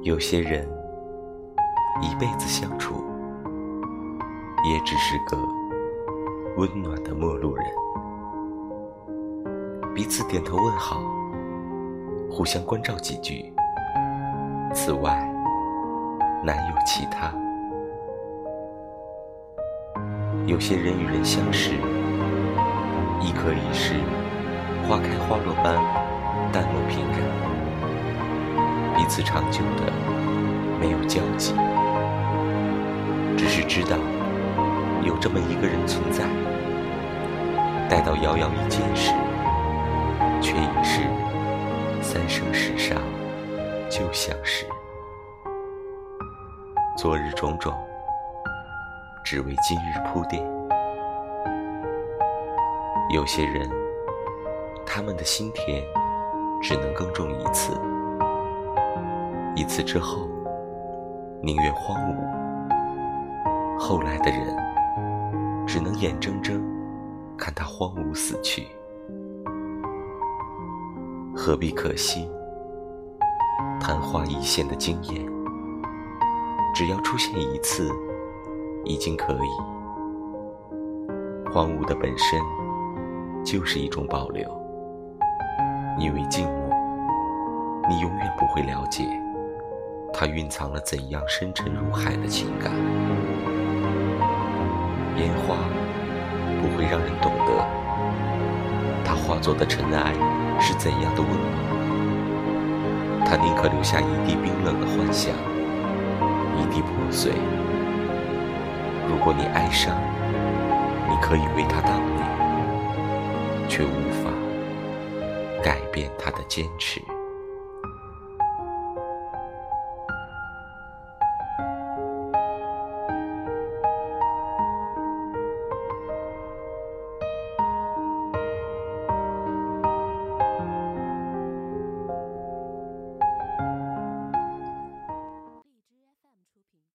有些人一辈子相处，也只是个温暖的陌路人，彼此点头问好，互相关照几句，此外难有其他。有些人与人相识，亦可以是花开花落般淡漠平然，彼此长久的没有交集，只是知道有这么一个人存在，待到遥遥一见时，却已是三生石上旧相识。昨日种种，只为今日铺垫。有些人，他们的心田只能耕种一次，一次之后宁愿荒芜，后来的人只能眼睁睁看它荒芜死去。何必可惜？昙花一现的惊艳，只要出现一次已经可以。荒芜的本身就是一种保留，因为静默，你永远不会了解它蕴藏了怎样深沉如海的情感。烟花不会让人懂得它化作的尘埃是怎样的温暖，它宁可留下一地冰冷的幻想，一地破碎。如果你哀伤，你可以为它悼念，却无法改变它的坚持。